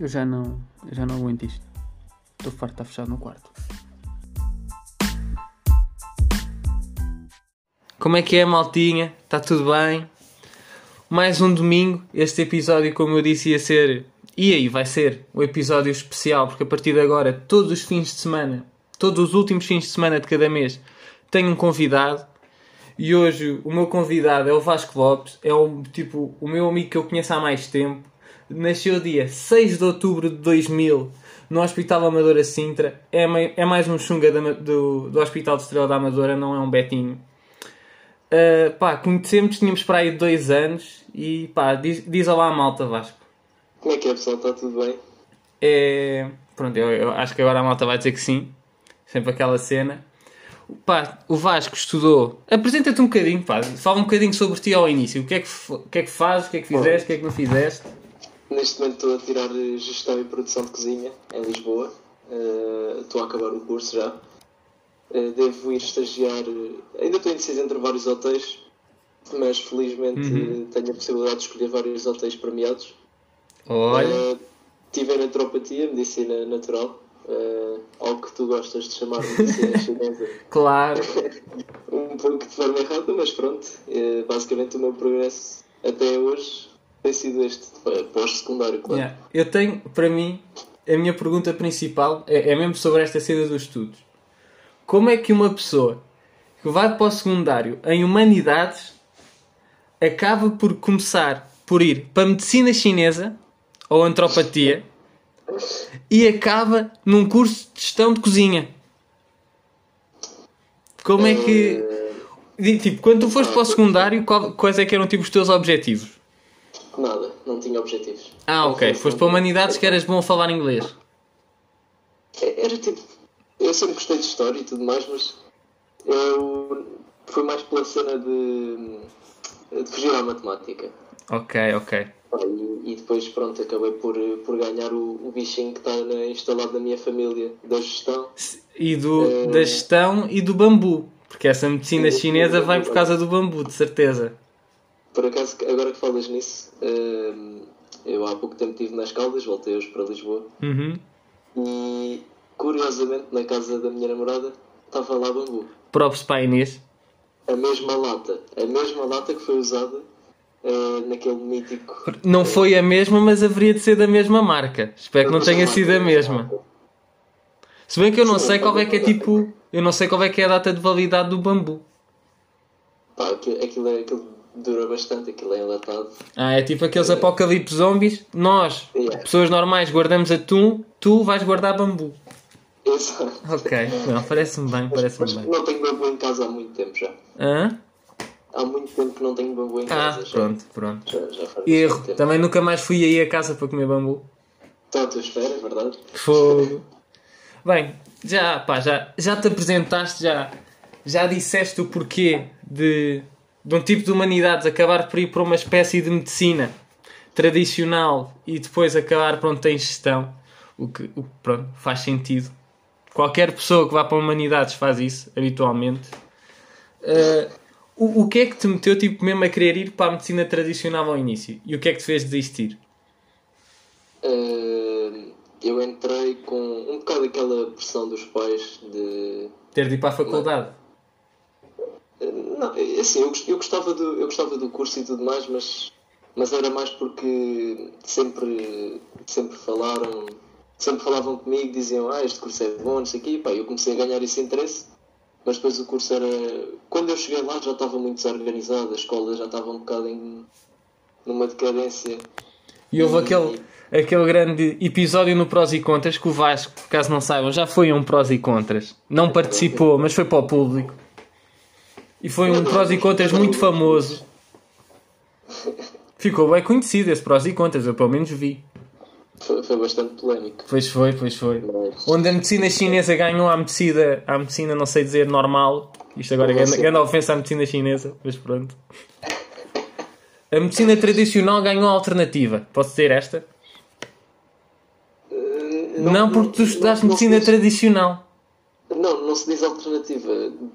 Eu já não aguento isto. Estou farto de estar fechado no quarto. Como é que é, maltinha? Está tudo bem? Mais um domingo. Este episódio, como eu disse, vai ser um episódio especial, porque a partir de agora, todos os fins de semana, todos os últimos fins de semana de cada mês, tenho um convidado. E hoje o meu convidado é o Vasco Lopes. É o meu amigo que eu conheço há mais tempo. Nasceu dia 6 de outubro de 2000 no Hospital Amadora Sintra. É mais um chunga do Hospital de Estrela da Amadora, não é um betinho. Conhecemos, tínhamos para aí 2 anos. E diz olá à malta, Vasco. Como é que é, pessoal? Está tudo bem? Pronto, eu acho que agora a malta vai dizer que sim. Sempre aquela cena. O Vasco estudou. Apresenta-te um bocadinho, fala um bocadinho sobre ti ao início. O que é que fazes, o que é que fizeste, o que é que não fizeste? Neste momento estou a tirar Gestão e Produção de Cozinha em Lisboa. Estou a acabar o curso já. Devo ir estagiar. Ainda estou indeciso entre vários hotéis, mas felizmente tenho a possibilidade de escolher vários hotéis premiados. Olha. Tive Naturopatia, Medicina Natural. Algo que tu gostas de chamar de medicina chinesa. Claro. Um pouco de forma errada, mas pronto. Basicamente o meu progresso até hoje tem sido este, pós-secundário, claro. Yeah. Eu tenho, para mim, a minha pergunta principal é mesmo sobre esta cena dos estudos. Como é que uma pessoa que vai para o secundário em Humanidades acaba por começar por ir para Medicina Chinesa ou Antropatia e acaba num curso de Gestão de Cozinha? Como é que... quando tu foste para o secundário, quais é que eram os teus objetivos? Nada, não tinha objetivos. Ok. Foste para Humanidades que eras bom a falar inglês. Era eu sempre gostei de história e tudo mais, mas eu fui mais pela cena de fugir à matemática. Ok. E depois, pronto, acabei por ganhar o bichinho que está instalado na minha família, da gestão. Da gestão e do bambu. Porque essa medicina chinesa vai por causa do bambu, de certeza. Por acaso, agora que falas nisso, eu há pouco tempo estive nas Caldas, voltei hoje para Lisboa. E, curiosamente, na casa da minha namorada, estava lá bambu. Próprios para a Inês. A mesma lata que foi usada naquele mítico... Não foi a mesma, mas haveria de ser da mesma marca. Espero que não tenha sido a mesma. Se bem que eu não sei qual é que é eu não sei qual é que é a data de validade do bambu. Aquilo dura bastante, aquilo é enlatado. É tipo aqueles apocalipse zombies. Nós, pessoas normais, guardamos atum, tu vais guardar bambu. Exato. Ok, não, parece-me bem. Não tenho bambu em casa há muito tempo já. Hã? Há muito tempo que não tenho bambu em casa. Pronto. Já faz Erro. tempo. Também nunca mais fui aí a casa para comer bambu. Estou à tua espera, é verdade? Fogo. Bem, já te apresentaste, já disseste o porquê de um tipo de humanidades acabar por ir para uma espécie de medicina tradicional e depois acabar em gestão. O que faz sentido. Qualquer pessoa que vá para humanidades faz isso, habitualmente. O que é que te meteu mesmo a querer ir para a medicina tradicional ao início? E o que é que te fez desistir? Eu entrei com um bocado aquela pressão dos pais de... Ter de ir para a faculdade? Não, assim, eu gostava do curso e tudo mais, mas era mais porque sempre falavam comigo, diziam, este curso é bom, não sei o quê, eu comecei a ganhar esse interesse, mas depois o curso era... Quando eu cheguei lá já estava muito desorganizado, a escola já estava um bocado numa decadência. E houve aquele grande episódio no Prós e Contras que o Vasco, por caso não saibam, já foi a um Prós e Contras. Não participou, mas foi para o público. E foi um Prós e Contras muito famoso. Ficou bem conhecido esse Prós e Contras, eu pelo menos vi. Foi bastante polémico. Pois foi. Mas... Onde a medicina chinesa ganhou à medicina, não sei dizer, normal. Isto agora é grande ofensa à medicina chinesa, mas pronto. A medicina tradicional ganhou a alternativa. Posso dizer esta? Não, porque tu estudaste medicina tradicional. Não se diz alternativa.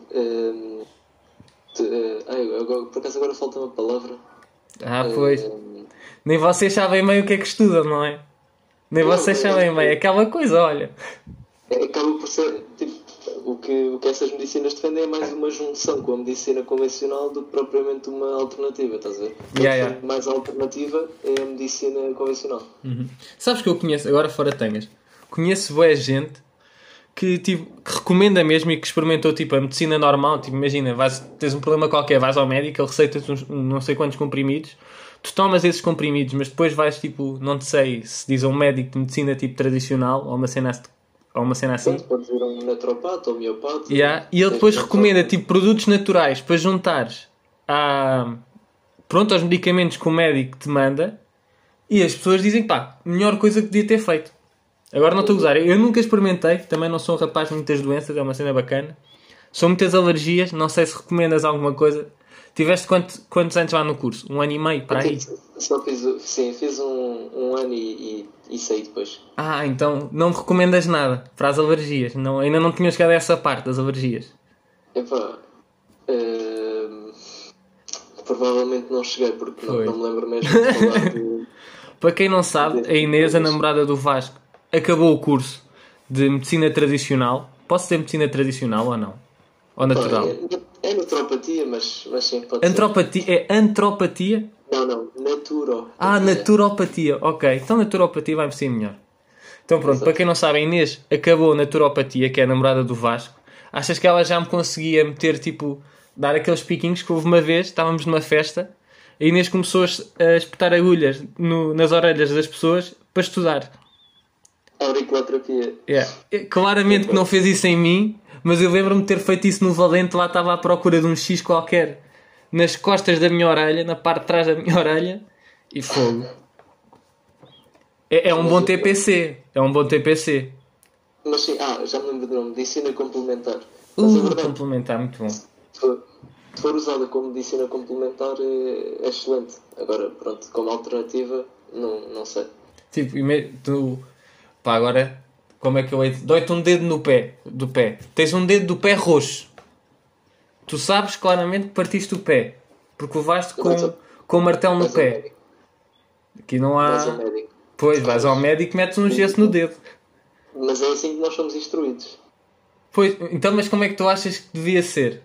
Por acaso agora falta uma palavra. Pois. Nem vocês sabem bem o que é que estudam, não é? Nem vocês sabem bem, aquela coisa, olha. Acaba por ser, tipo, o que essas medicinas defendem é mais uma junção com a medicina convencional do que propriamente uma alternativa, estás a ver? Mais alternativa é a medicina convencional. Sabes que eu conheço, agora fora tenhas, conheço boa gente que, tipo, que recomenda mesmo e que experimentou tipo, a medicina normal. Tipo, imagina, tens um problema qualquer, vais ao médico, ele receita-te não sei quantos comprimidos, tu tomas esses comprimidos, mas depois vais, tipo, não sei se diz a um médico de medicina tipo tradicional ou uma cena assim. Podes ir a um naturopata ou homeopata. E ele depois recomenda tipo, produtos naturais para juntares aos medicamentos que o médico te manda, e as pessoas dizem pá, melhor coisa que podia ter feito. Agora não estou a usar, eu nunca experimentei, também não sou um rapaz de muitas doenças, é uma cena bacana. São muitas alergias, não sei se recomendas alguma coisa. Tiveste quantos anos lá no curso? 1 ano e meio, para aí? Fiz um ano e saí depois. Então não me recomendas nada para as alergias. Não, ainda não tinha chegado a essa parte das alergias. Epá, provavelmente não cheguei, porque não me lembro mesmo de falar de... Para quem não sabe, a Inês, a namorada do Vasco, acabou o curso de medicina tradicional. Posso ter medicina tradicional ou não? Ou natural? É naturopatia, mas sim, pode ser. É antropatia? Não, naturopatia. Naturopatia, ok. Então naturopatia vai-me ser melhor. Então pronto, para quem não sabe, a Inês acabou a naturopatia, que é a namorada do Vasco. Achas que ela já me conseguia meter, tipo, dar aqueles piquinhos que houve uma vez, estávamos numa festa, a Inês começou a espetar agulhas nas orelhas das pessoas para estudar. Auriculoterapia. Claramente que não fez isso em mim, mas eu lembro-me de ter feito isso no Valente. Lá estava à procura de um X qualquer nas costas da minha orelha, na parte de trás da minha orelha, e fogo. É um bom TPC. É um bom TPC. Mas sim, já me lembro do nome, medicina complementar. Mas é verdade, complementar, muito bom. Se for usada como medicina complementar é excelente. Agora, pronto, como alternativa, não sei. Tipo, agora, como é que eu hei de... Dói-te um dedo no pé, do pé. Tens um dedo do pé roxo. Tu sabes claramente que partiste o pé. Porque levaste com o martelo no pé. Aqui não há... Vais ao médico. Pois, vais ao médico e metes um gesso no dedo. Mas é assim que nós somos instruídos. Pois, então, mas como é que tu achas que devia ser?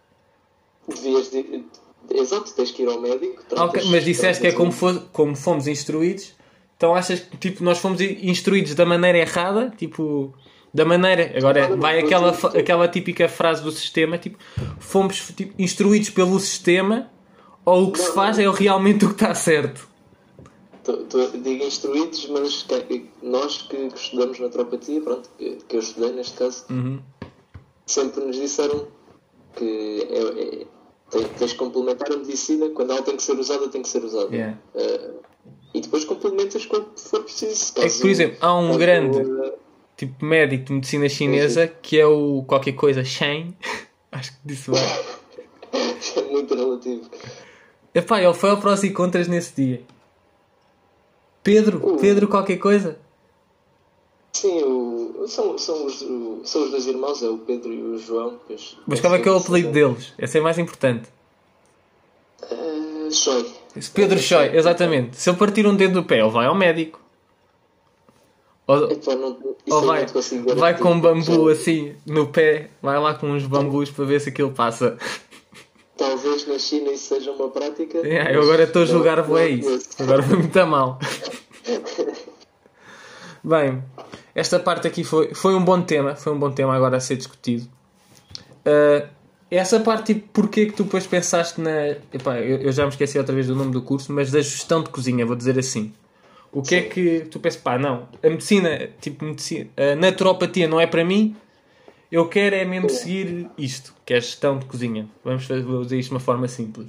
Exato, tens que ir ao médico. Mas disseste que é como fomos instruídos. Então achas que tipo, nós fomos instruídos da maneira errada? Tipo, da maneira... Agora vai aquela típica frase do sistema, tipo, fomos instruídos pelo sistema, ou o que se faz é realmente o que está certo? Digo instruídos, mas nós que estudamos naturopatia, pronto, que eu estudei neste caso, sempre nos disseram que tens de complementar a medicina, quando ela tem que ser usada, tem que ser usada. E depois complementas quando for preciso. É que, por exemplo, há um grande tipo médico de medicina chinesa que é o qualquer coisa Shen. Acho que disse bem. É muito relativo. Epá, ele foi ao prós e contras nesse dia. Pedro qualquer coisa? Sim, são os dois irmãos, é o Pedro e o João. Mas qual é que é o apelido deles? Esse é mais importante. Choi. Pedro Choi, exatamente. Se ele partir um dedo do pé, ele vai ao médico. Ou vai com um bambu assim no pé, vai lá com uns bambus para ver se aquilo passa. Talvez na China isso seja uma prática. Eu agora estou a julgar isso. Agora foi muito a mal. Bem, esta parte aqui foi um bom tema. Foi um bom tema agora a ser discutido. Essa parte, tipo, porquê que tu depois pensaste na... Epá, eu já me esqueci outra vez do nome do curso, mas da gestão de cozinha, vou dizer assim. O que é que tu pensas? Não, a medicina, a naturopatia não é para mim, eu quero é mesmo seguir isto, que é a gestão de cozinha. Vou dizer isto de uma forma simples.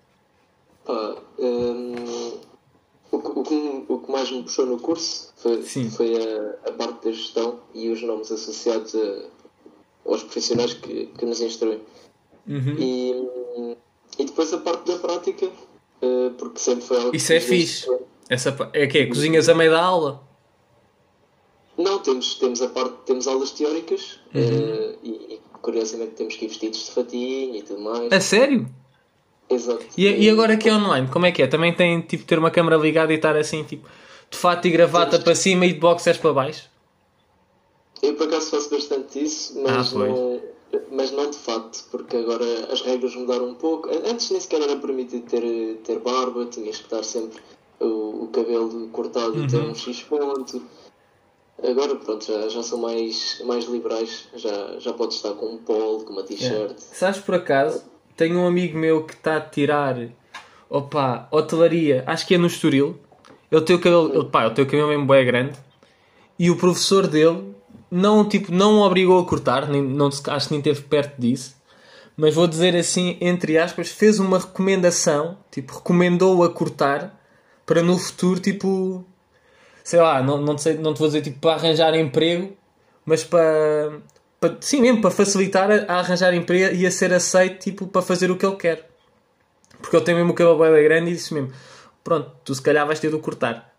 O que mais me puxou no curso foi a parte da gestão e os nomes associados aos profissionais que nos instruem. E depois a parte da prática, porque sempre foi algo... Isso é fixe. É que é? Cozinhas a meio da aula? Não, temos aulas teóricas e curiosamente temos que ir vestidos de fatinho e tudo mais. A sério? Exato. E agora que é online, como é que é? Também tem tipo ter uma câmera ligada e estar assim, tipo, de fato e gravata para cima e de boxers para baixo? Eu por acaso faço bastante isso, mas não de fato, porque agora as regras mudaram um pouco. Antes nem sequer era permitido ter barba, tinhas que estar sempre o cabelo cortado até um X ponto. Agora pronto, já são mais liberais, já podes estar com um polo, com uma t-shirt. Sabes, por acaso, tenho um amigo meu que está a tirar hotelaria, acho que é no Estoril. Ele tem o cabelo mesmo bem grande. E o professor dele não o obrigou a cortar, acho que nem esteve perto disso. Mas vou dizer assim, entre aspas, fez uma recomendação, recomendou-o a cortar para no futuro, sei lá, não te vou dizer para arranjar emprego, mas sim, mesmo para facilitar a arranjar emprego e a ser aceito para fazer o que ele quer. Porque ele tem mesmo o cabelo bem grande e disse mesmo: pronto, tu se calhar vais ter de o cortar.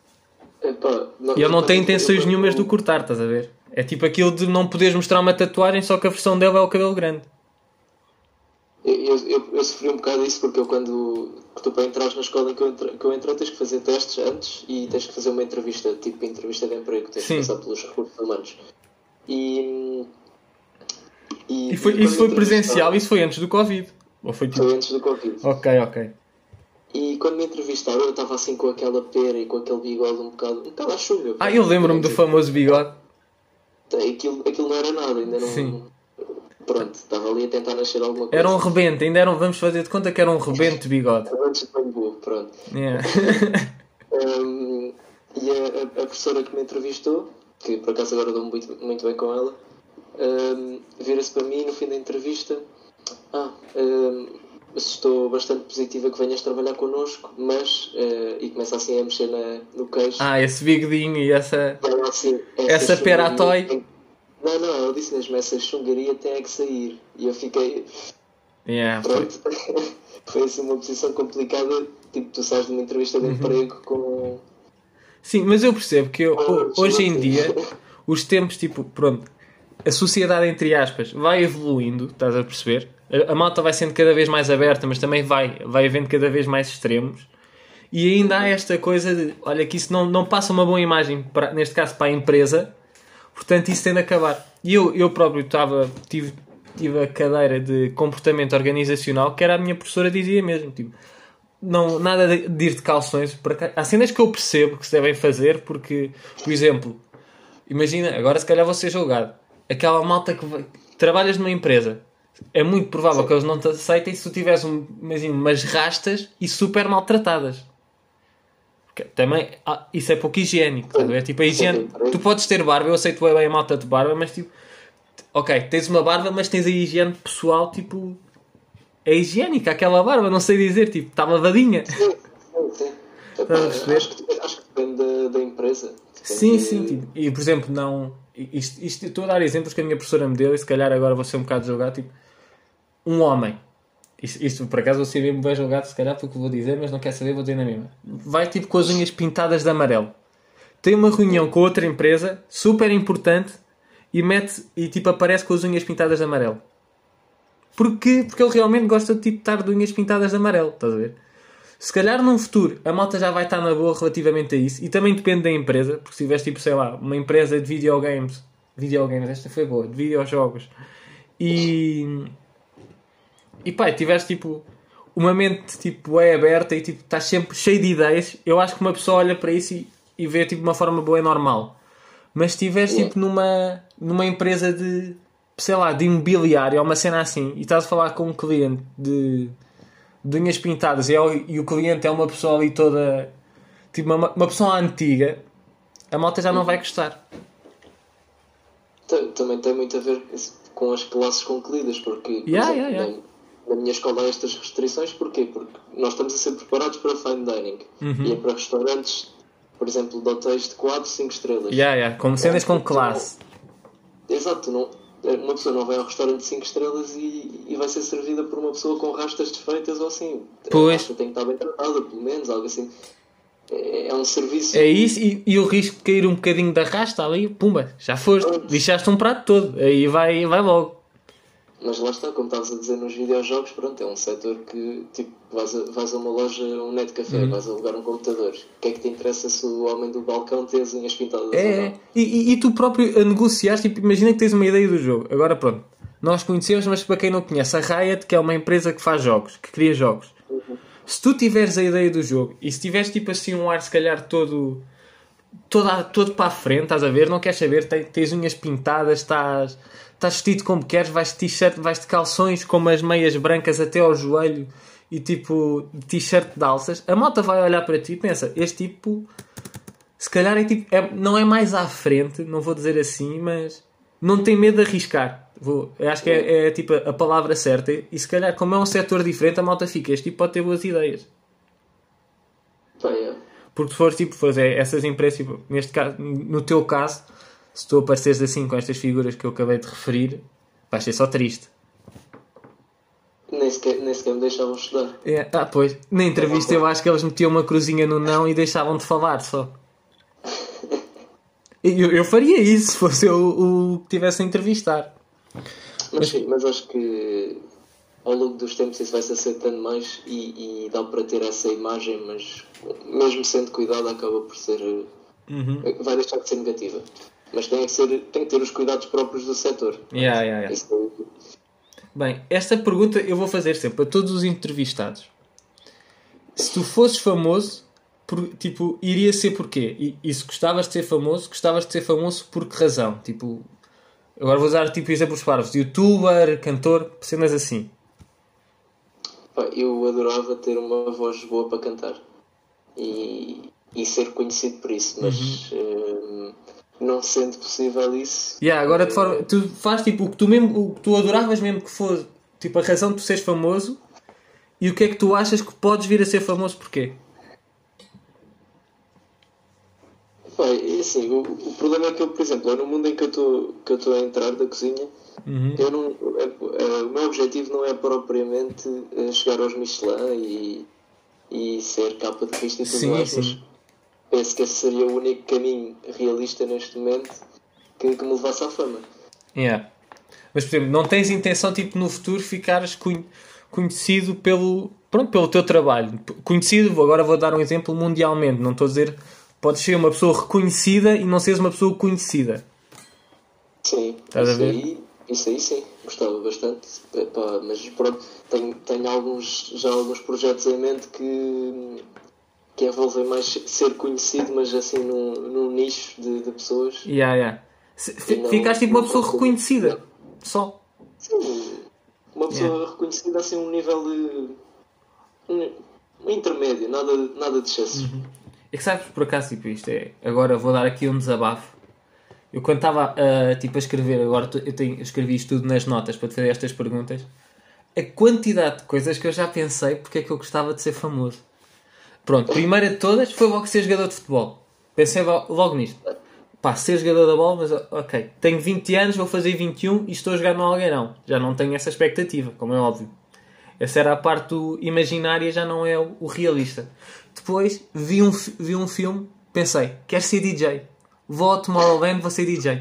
E ele não tem intenções nenhumas de o cortar, estás a ver? É aquilo de não poderes mostrar uma tatuagem, só que a versão dele é o cabelo grande. Eu sofri um bocado isso porque tu para entrar na escola em que eu entrei tens que fazer testes antes e tens que fazer uma entrevista, entrevista de emprego, tens que passar pelos recursos humanos. Isso foi presencial? Isso foi antes do Covid? Ou foi antes do Covid. Ok. E quando me entrevistaram eu estava assim com aquela pera e com aquele bigode um bocado à chuva. Eu lembro-me do famoso bigode. Aquilo não era nada, ainda não... Sim. Pronto, estava ali a tentar nascer alguma coisa. Era um rebento, vamos fazer de conta que era um rebento de bigode. Antes de bambu, pronto. Yeah. E a professora que me entrevistou, que por acaso agora dou muito bem com ela, vira-se para mim no fim da entrevista: estou bastante positiva que venhas trabalhar connosco, mas... e começa assim a mexer no queixo. Esse bigodinho e essa pera a toy. Não, ela disse mesmo: essa chungaria tem que sair. E eu fiquei... Pronto. Foi assim uma posição complicada. Tu sais de uma entrevista de emprego com... Sim, mas eu percebo que hoje em dia os tempos, a sociedade, entre aspas, vai evoluindo, estás a perceber? A malta vai sendo cada vez mais aberta, mas também vai havendo cada vez mais extremos. E ainda há esta coisa de, olha, que isso não passa uma boa imagem, neste caso para a empresa, portanto isso tem de acabar. E eu próprio tive a cadeira de comportamento organizacional, que era a minha professora dizia mesmo, nada de ir de calções. Há cenas que eu percebo que se devem fazer, porque, por exemplo, imagina, agora se calhar vou ser julgado, aquela malta que trabalhas numa empresa, é muito provável que eles não te aceitem se tu tiveres umas rastas e super maltratadas. Também isso é pouco higiênico, tá? A higiene, tu podes ter barba, eu aceito bem a malta de barba, mas ok, tens uma barba, mas tens a higiene pessoal, é higiênica aquela barba, não sei dizer, está lavadinha. Sim. Acho que depende da empresa. Sim. E por exemplo, isto estou a dar exemplos que a minha professora me deu, e se calhar agora vou ser um bocado julgado, um homem. Isto por acaso vou ser mesmo bem julgado, se calhar, porque vou dizer, mas não quer saber, vou dizer na mesma. Vai com as unhas pintadas de amarelo. Tem uma reunião com outra empresa, super importante, e aparece com as unhas pintadas de amarelo. Porque ele realmente gosta de estar de unhas pintadas de amarelo, estás a ver? Se calhar num futuro a malta já vai estar na boa relativamente a isso, e também depende da empresa, porque se tiveres sei lá, uma empresa de videogames, esta foi boa, de videojogos, e tiveres uma mente é aberta e estás sempre cheio de ideias, eu acho que uma pessoa olha para isso e vê de uma forma boa e normal. Mas se estiveres numa empresa de, sei lá, de imobiliário ou uma cena assim, e estás a falar com um cliente de unhas pintadas e o cliente é uma pessoa ali toda uma pessoa antiga, a malta já não vai gostar. Também tem muito a ver com as classes concluídas, porque na minha escola há estas restrições. Porquê? Porque nós estamos a ser preparados para fine dining e é para restaurantes, por exemplo, de hotéis de 4, 5 estrelas. Como cenas com classe. Exato, uma pessoa não vai ao restaurante de 5 estrelas e vai ser servida por uma pessoa com rastas desfeitas ou assim. Pois. A rasta tem que estar bem tratada, pelo menos, algo assim. É um serviço. É isso, e o risco de cair um bocadinho da rasta ali, pumba, já foste, lixaste um prato todo, aí vai logo. Mas lá está, como estavas a dizer nos videojogos, pronto, é um setor que, tipo, vais a uma loja, um net café, vais alugar um computador. O que é que te interessa se o homem do balcão tem as unhas pintadas ou não? E tu próprio a negociar, tipo, imagina que tens uma ideia do jogo. Agora pronto, nós conhecemos, mas para quem não conhece, a Riot, que é uma empresa que faz jogos, que cria jogos. Se tu tiveres a ideia do jogo e se tiveres tipo assim um ar se calhar todo para a frente, estás a ver, não queres saber, tens unhas pintadas, estás vestido como queres, vais de t-shirt, vais de calções com umas meias brancas até ao joelho e tipo t-shirt de alças, a malta vai olhar para ti e pensa, este tipo se calhar não é mais à frente, não vou dizer assim, mas não tem medo de arriscar. Eu acho que é tipo a palavra certa. E se calhar, como é um setor diferente, a malta fica. Este tipo pode ter boas ideias. Porque se fores tipo fazer essas empresas, tipo, neste caso, no teu caso, se tu apareceres assim com estas figuras que eu acabei de referir, vais ser só triste. Nem sequer me deixavam estudar. Pois. Na entrevista eu acho que eles metiam uma cruzinha no não e deixavam de falar só. Eu faria isso se fosse eu o que tivesse a entrevistar. Mas acho que ao longo dos tempos isso vai se acertando mais e dá para ter essa imagem, mas mesmo sendo cuidado acaba por ser... vai deixar de ser negativa. Mas tem que ter os cuidados próprios do setor. Bem, esta pergunta eu vou fazer sempre a todos os entrevistados. Se tu fosses famoso, tipo, iria ser porquê? E se gostavas de ser famoso por que razão? Tipo, agora vou usar tipo exemplos parvos. Youtuber, cantor, cenas assim. Eu adorava ter uma voz boa para cantar. E ser conhecido por isso. Mas não sendo possível isso... Agora de forma... Tu fazes tipo o que tu adoravas mesmo que fosse. Tipo, a razão de tu seres famoso. E o que é que tu achas que podes vir a ser famoso porquê? Assim, o problema é que eu, por exemplo, no mundo em que eu estou a entrar da cozinha, o meu objetivo não é propriamente chegar aos Michelin e ser capa de revista e tudo mais, mas penso que esse seria o único caminho realista neste momento que me levasse à fama. Mas, por exemplo, não tens intenção, tipo, no futuro ficares conhecido pelo teu trabalho? Conhecido, agora vou dar um exemplo, mundialmente, não estou a dizer... Podes ser uma pessoa reconhecida e não seres uma pessoa conhecida. Sim, estás a ver? Isso aí sim, gostava bastante. Mas pronto, tenho alguns projetos em mente que envolvem mais ser conhecido, mas assim num nicho de pessoas. Ficaste tipo uma pessoa reconhecida. Só. Sim, uma pessoa reconhecida assim um nível de... um intermédio, nada de excessos. É que sabes, por acaso, tipo, agora vou dar aqui um desabafo. Eu quando estava a escrever, agora eu escrevi isto tudo nas notas para te fazer estas perguntas, a quantidade de coisas que eu já pensei porque é que eu gostava de ser famoso. Pronto, primeira de todas foi logo ser jogador de futebol. Pensei logo nisto. Ser jogador da bola, mas ok, tenho 20 anos, vou fazer 21 e estou a jogar no Algueirão. Já não tenho essa expectativa, como é óbvio. Essa era a parte do imaginária, já não é o realista. Depois vi um filme, pensei, quero ser DJ. Vou ao Tomorrowland, vou ser DJ.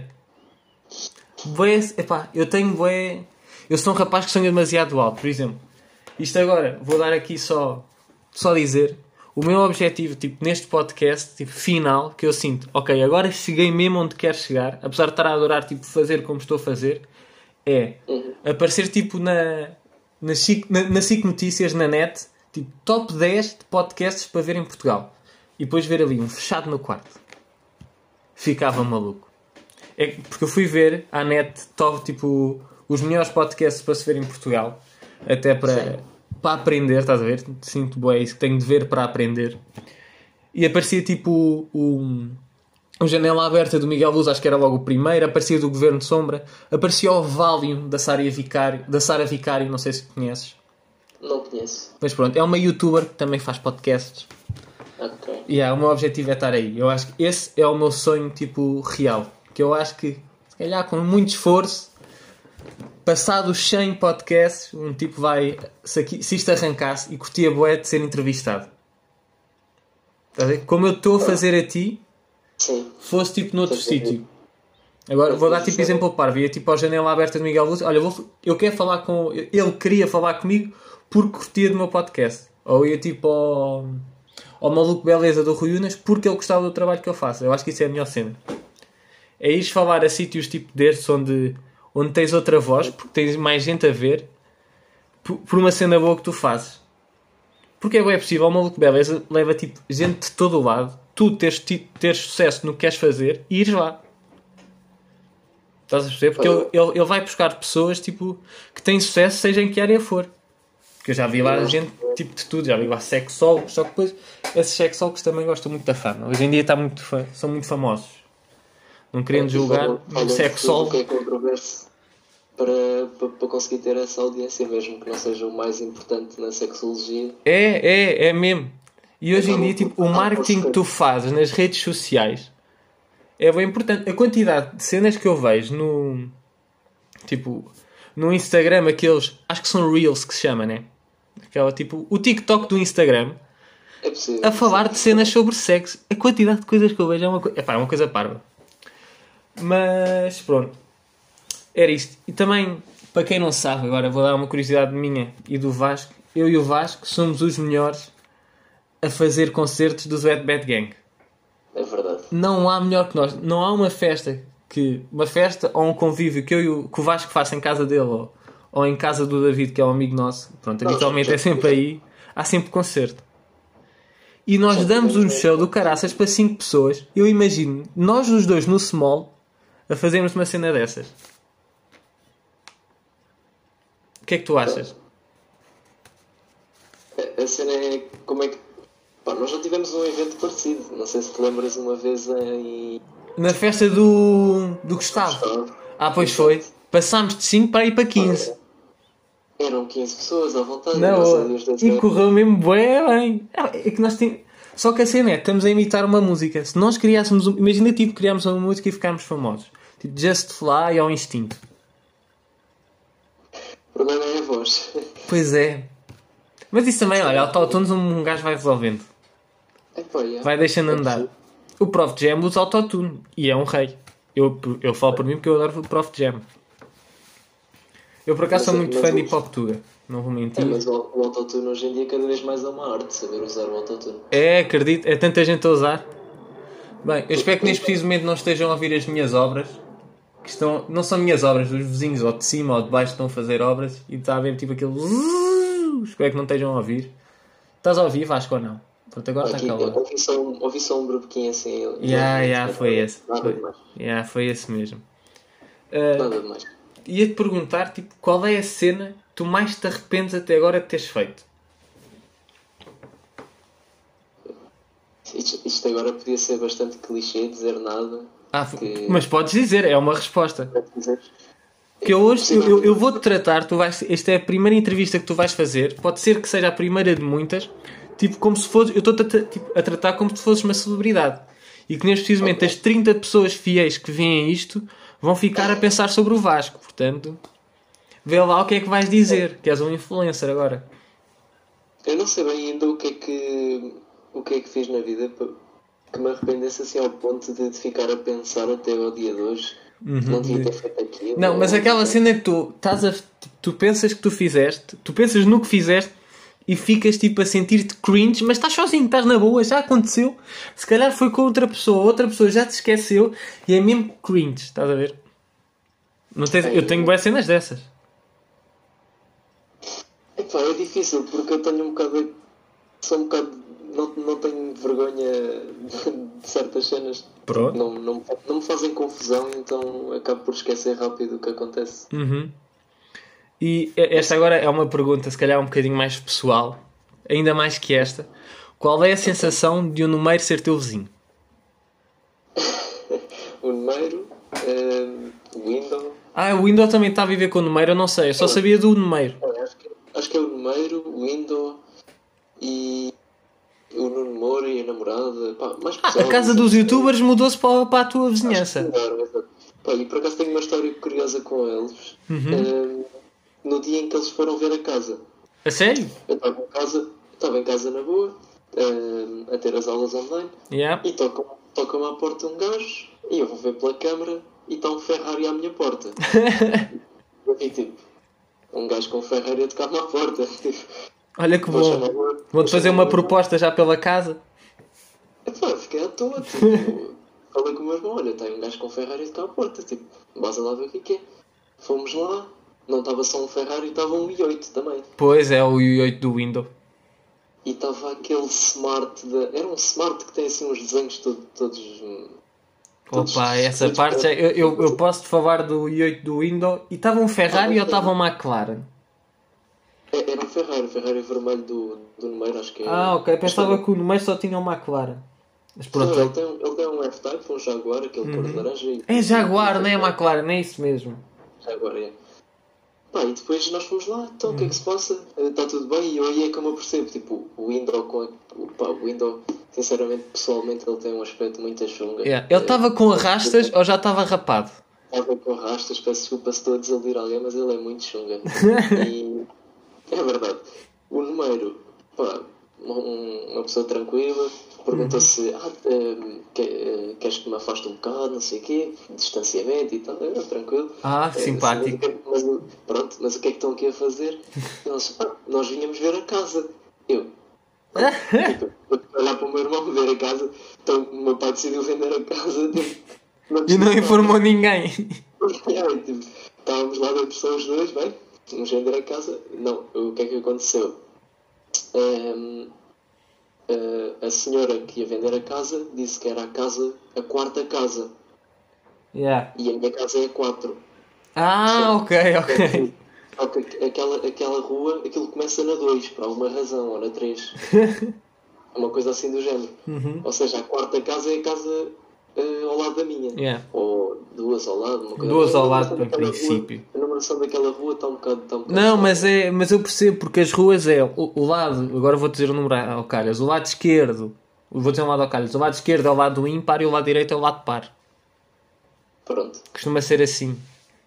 Eu sou um rapaz que sonha demasiado alto, por exemplo. Isto agora, vou dar aqui só dizer, o meu objetivo, tipo, neste podcast, tipo, final, que eu sinto, ok, agora cheguei mesmo onde quero chegar, apesar de estar a adorar, tipo, fazer como estou a fazer, é aparecer, tipo, na SIC Notícias, na net, tipo, top 10 de podcasts para ver em Portugal. E depois ver ali um fechado no quarto. Ficava maluco. Porque eu fui ver à net top, tipo, os melhores podcasts para se ver em Portugal. Até para aprender, estás a ver? Sinto bem isso que tenho de ver para aprender. E aparecia tipo o Janela Aberta do Miguel Luz, acho que era logo o primeiro. Aparecia do Governo de Sombra. Aparecia o Valium da Sara Vicário, não sei se conheces. Não conheço. Mas pronto, é uma youtuber que também faz podcasts. Ok. O meu objetivo é estar aí. Eu acho que esse é o meu sonho, tipo, real. Que eu acho que, se calhar, com muito esforço, passado os 100 podcasts, um tipo vai... Se isto arrancasse e curtia bué de ser entrevistado. Estás a ver? Como eu estou a fazer a ti, fosse tipo noutro sítio. Agora vou dar tipo exemplo parvo. Ia tipo à janela aberta do Miguel Luz. Olha, eu quero falar com... Ele queria falar comigo porque curtia do meu podcast. Ou ia tipo ao Maluco Beleza do Rui Unas porque ele gostava do trabalho que eu faço. Eu acho que isso é a melhor cena. É ires falar a sítios tipo destes onde tens outra voz, porque tens mais gente a ver, por uma cena boa que tu fazes. Porque é possível, o Maluco Beleza leva tipo gente de todo o lado, tu teres sucesso no que queres fazer e ires lá. Estás a perceber? Porque ele vai buscar pessoas tipo, que têm sucesso, seja em que área for. Porque eu já vi lá gente tipo de tudo, já vi lá sexólogos, só que depois esses sexólogos também gostam muito da fama. Hoje em dia são muito famosos. Não querendo julgar, um sexólogo. O que é controverso para conseguir ter essa audiência, mesmo que não seja o mais importante na sexologia. É mesmo. E hoje em dia, tipo, o marketing que tu fazes nas redes sociais é bem importante. A quantidade de cenas que eu vejo no Instagram, aqueles, acho que são Reels que se chama, né? Aquela tipo, o TikTok do Instagram, é possível, a falar de cenas sobre sexo. A quantidade de coisas que eu vejo é uma coisa parva. Mas pronto, era isto. E também, para quem não sabe, agora vou dar uma curiosidade minha e do Vasco. Eu e o Vasco somos os melhores a fazer concertos do Wet Bad Gang. É verdade. Não há melhor que nós. Não há uma festa ou um convívio que o Vasco faça em casa dele ou em casa do David, que é um amigo nosso. Pronto, habitualmente é sempre aí. Há sempre concerto. E nós damos um show do caraças para 5 pessoas. Eu imagino, nós os dois no small a fazermos uma cena dessas. O que é que tu achas? A cena é como é que... Pá, nós já tivemos um evento parecido. Não sei se te lembras uma vez em... Na festa do Gustavo. Ah, pois foi. Passámos de 5 para ir para 15. Eram 15 pessoas à vontade. Não, e correu mesmo bem. É que nós temos... Só que a cena é, estamos a imitar uma música. Se nós criássemos... Imagina, tipo, criámos uma música e ficámos famosos. Tipo, Just Fly ao instinto. O problema é a voz. Pois é. Mas isso também, olha, autotunes um gajo vai resolvendo. Vai deixando andar. O Prof Jam usa autotune. E é um rei. Eu falo por mim porque eu adoro o Prof Jam. Eu por acaso sou muito fã de Hip Hop Tuga. Não vou mentir. Mas o autotune hoje em dia cada vez mais é uma arte, saber usar o autotune. Acredito. É tanta gente a usar. Bem, eu espero que neste preciso momento não estejam a ouvir as minhas obras. Que não são minhas obras, os vizinhos ou de cima ou de baixo estão a fazer obras. E está a ver tipo aquele... Espero que não estejam a ouvir. Estás a ouvir, Vasco, ou não? Pronto, agora está calado. Ouvi só um burbequinho assim. Foi esse. Foi esse mesmo. Nada demais. Ia-te perguntar, tipo, qual é a cena que tu mais te arrependes até agora de teres feito? Isto agora podia ser bastante clichê, dizer nada. Mas podes dizer, é uma resposta. Que eu vou-te tratar, esta é a primeira entrevista que tu vais fazer, pode ser que seja a primeira de muitas, tipo, como se fosse, eu estou-te a tratar como se fosses uma celebridade. E que neste precisamente as 30 pessoas fiéis que veem isto vão ficar a pensar sobre o Vasco. Portanto, vê lá o que é que vais dizer, que és um influencer agora. Eu não sei bem ainda o que é que fiz na vida que me arrependesse assim ao ponto de ficar a pensar até ao dia de hoje. Não devia ter feito aquilo. Não, mas aquela cena que tu pensas que tu fizeste, tu pensas no que fizeste e ficas tipo a sentir-te cringe, mas estás sozinho, estás na boa, já aconteceu. Se calhar foi com outra pessoa já te esqueceu e é mesmo cringe, estás a ver? Eu tenho boas cenas dessas. É difícil porque eu tenho sou um bocado. Não tenho vergonha de certas cenas. Pronto. Não me fazem confusão, então acabo por esquecer rápido o que acontece. E esta agora é uma pergunta, se calhar um bocadinho mais pessoal, ainda mais que esta. Qual é a sensação de um número ser teu vizinho? O número, o Windows. O Windows também está a viver com o número, eu não sei, eu só sabia do número. Acho que é o número, o Windows e o Nuno Moura e a namorada. Mais pessoal, a casa dos youtubers mudou-se para a tua vizinhança. E por acaso tenho uma história curiosa com eles. No dia em que eles foram ver a casa. A sério? Eu estava em casa na boa, a ter as aulas online, e tocam à porta um gajo, e eu vou ver pela câmara, e está um Ferrari à minha porta. E tipo, um gajo com um Ferrari a tocar-me à porta. Olha que bom. Vou-te fazer uma proposta já pela casa. Epá, fiquei à toa, tipo, falei com o meu irmão, olha, tem um gajo com um Ferrari a tocar à porta, tipo, basta lá ver o que é. Fomos lá, não estava só um Ferrari, estava um i8 também. Pois, é o i8 do Windows. E estava aquele Smart, era um Smart que tem assim uns desenhos todos opa, essa parte, eu posso-te falar do i8 do Windows, e estava um Ferrari ou estava um McLaren? Era um Ferrari vermelho do número, acho que é. Ah, ok, pensava que o número só tinha um McLaren. Mas pronto. Não, ele tem um F-Type, um Jaguar, aquele cor de laranja. É Jaguar, não é McLaren, é isso mesmo. Jaguar, é. Pá, e depois nós fomos lá, então o que é que se passa? Está tudo bem, e eu aí é que eu me apercebo, tipo, o Windows o Windows, sinceramente, pessoalmente, ele tem um aspecto muito chunga. Yeah. Ele estava com rastas ou já estava rapado? Estava com rastas, peço desculpa se estou a desiludir alguém, mas ele é muito chunga. E é verdade. O número, pá, uma pessoa tranquila, perguntou se queres que me afaste um bocado, não sei o quê, distanciamento e tal, tranquilo. Ah, simpático. Mas o que é que estão aqui a fazer? Nós vinhamos ver a casa. Eu, vou olhar para o meu irmão ver a casa, então o meu pai decidiu vender a casa. E não informou ninguém. Tipo, estávamos lá dentro só os dois, bem, vamos vender a casa. Não, o que é que aconteceu? A senhora que ia vender a casa disse que era a quarta casa. Yeah. E a minha casa é a 4. Ah, ok. Aquela rua, aquilo começa na 2, por alguma razão, ou na 3. Uma coisa assim do género. Ou seja, a quarta casa é a casa ao lado da minha. Yeah. Ou duas ao lado. Uma coisa duas ao lado, em princípio. A numeração daquela rua está um bocado não, mas eu percebo, porque as ruas é o lado, agora vou dizer o número ao calhas, o lado esquerdo, vou dizer um lado ao calhas, o lado esquerdo é o lado do ímpar e o lado direito é o lado par. Pronto. Costuma ser assim.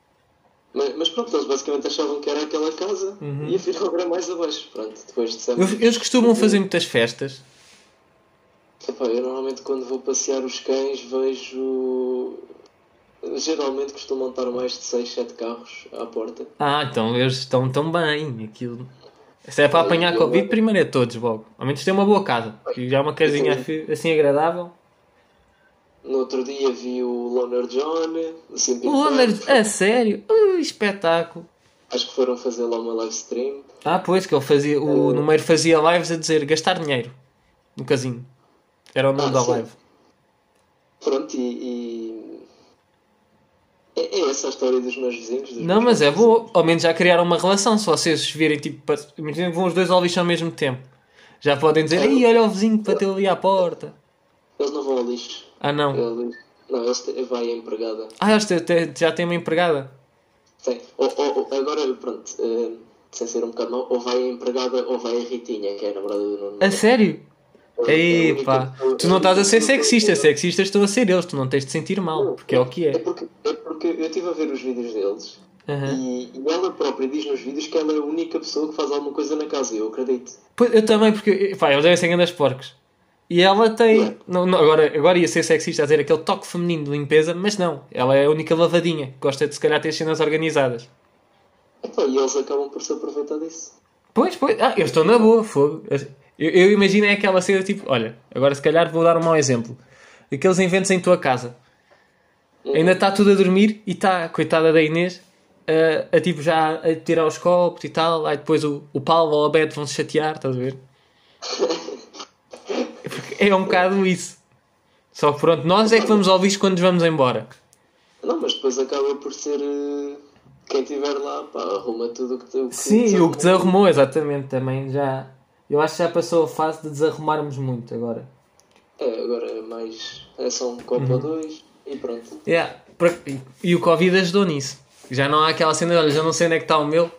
Mas pronto, eles basicamente achavam que era aquela casa e afinal era mais abaixo. Pronto, depois dissemos... Eles costumam fazer muitas festas. Epá, eu normalmente quando vou passear os cães vejo... Geralmente costumam estar mais de 6, 7 carros à porta. Ah, então eles estão tão bem. Aquilo... Se é para apanhar Covid, primeiro é todos logo. Ao menos tem uma boa casa. Que já é uma casinha assim agradável. No outro dia vi o Loner John. O Loner... A sério? Espetáculo. Acho que foram fazer lá uma live stream. Ah, pois, que ele fazia... O número fazia lives a dizer gastar dinheiro. No casinho. Era o nome da live. Pronto, e... É essa a história dos meus vizinhos. Não, mas é boa. Ao menos já criaram uma relação. Se vocês virem, tipo... Imaginem que vão os dois ao lixo ao mesmo tempo. Já podem dizer... Ih, olha o vizinho que bateu ali à porta. Eles não vão ao lixo. Ah, não? Não, eles vai a empregada. Ah, eles já têm uma empregada? Sim. Agora, pronto... sem ser um bocado mau, ou vai a empregada ou vai a Ritinha, que é a namorada do Nuno. A sério? Ei, pá, tu não estás a ser sexista. Sexistas estão a ser eles. Tu não tens de sentir mal, porque é o que é. É porque eu estive a ver os vídeos deles e ela própria diz nos vídeos que ela é a única pessoa que faz alguma coisa na casa. Eu acredito. Pois, eu também, porque pá, eles devem ser grandes porcos. E ela tem... Não, agora ia ser sexista a dizer aquele toque feminino de limpeza, mas não. Ela é a única lavadinha. Gosta de se calhar ter cenas organizadas. E eles acabam por se aproveitar disso. Pois. Eu estou na boa, fogo. Eu imagino é aquela cena tipo... Olha, agora se calhar vou dar um mau exemplo. Aqueles inventos em tua casa. Ainda está tudo a dormir e está, coitada da Inês, tipo já a tirar os copos e tal. Aí depois o Paulo ou a Beto vão se chatear, estás a ver? É um bocado isso. Só que pronto, nós é que vamos ao lixo quando nos vamos embora. Não, mas depois acaba por ser... Quem estiver lá, pá, arruma tudo o que sim, o que desarrumou, exatamente, também já... Eu acho que já passou a fase de desarrumarmos muito agora. Agora mais... É só um copo ou dois e pronto. Yeah. E o Covid ajudou nisso. Já não há aquela cena de, olha, já não sei onde é que está o meu.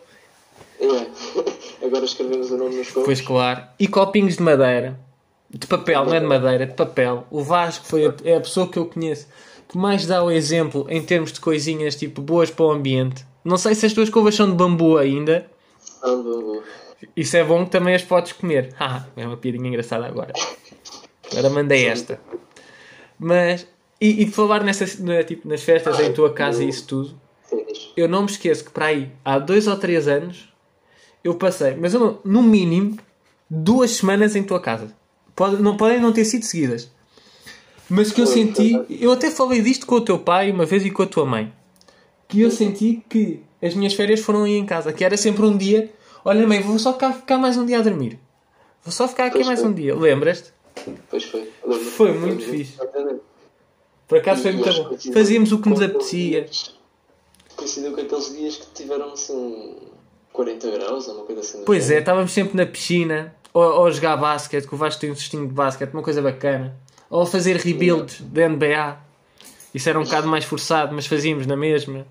Agora escrevemos o nome nos copos. Pois claro. E copinhos de madeira. De papel, não é de madeira, de papel. O Vasco é a pessoa que eu conheço que mais dá o exemplo em termos de coisinhas tipo boas para o ambiente. Não sei se as tuas escovas são de bambu ainda. São de bambu. Isso é bom que também as podes comer. É uma piadinha engraçada agora. Agora mandei esta. Mas E de falar tipo, nas festas em tua casa e isso tudo, eu não me esqueço que para aí, há 2 ou 3 anos, eu passei, mas eu não, no mínimo, 2 semanas em tua casa. Podem não ter sido seguidas. Mas que eu senti, eu até falei disto com o teu pai uma vez e com a tua mãe, que eu senti que as minhas férias foram aí em casa, que era sempre um dia, olha mãe, vou só ficar mais um dia a dormir. Vou só ficar aqui mais um dia. Lembras-te? Pois foi. Foi muito fixe. Por acaso foi muito bom. Fazíamos o que nos apetecia. Coincidiu com aqueles dias que tiveram assim 40 graus ou uma coisa assim. Pois é, estávamos sempre na piscina, ou a jogar basquete, que o Vasco tem um cestinho de basquete, uma coisa bacana. Ou a fazer rebuilds da NBA. Isso era um bocado mais forçado, mas fazíamos na mesma.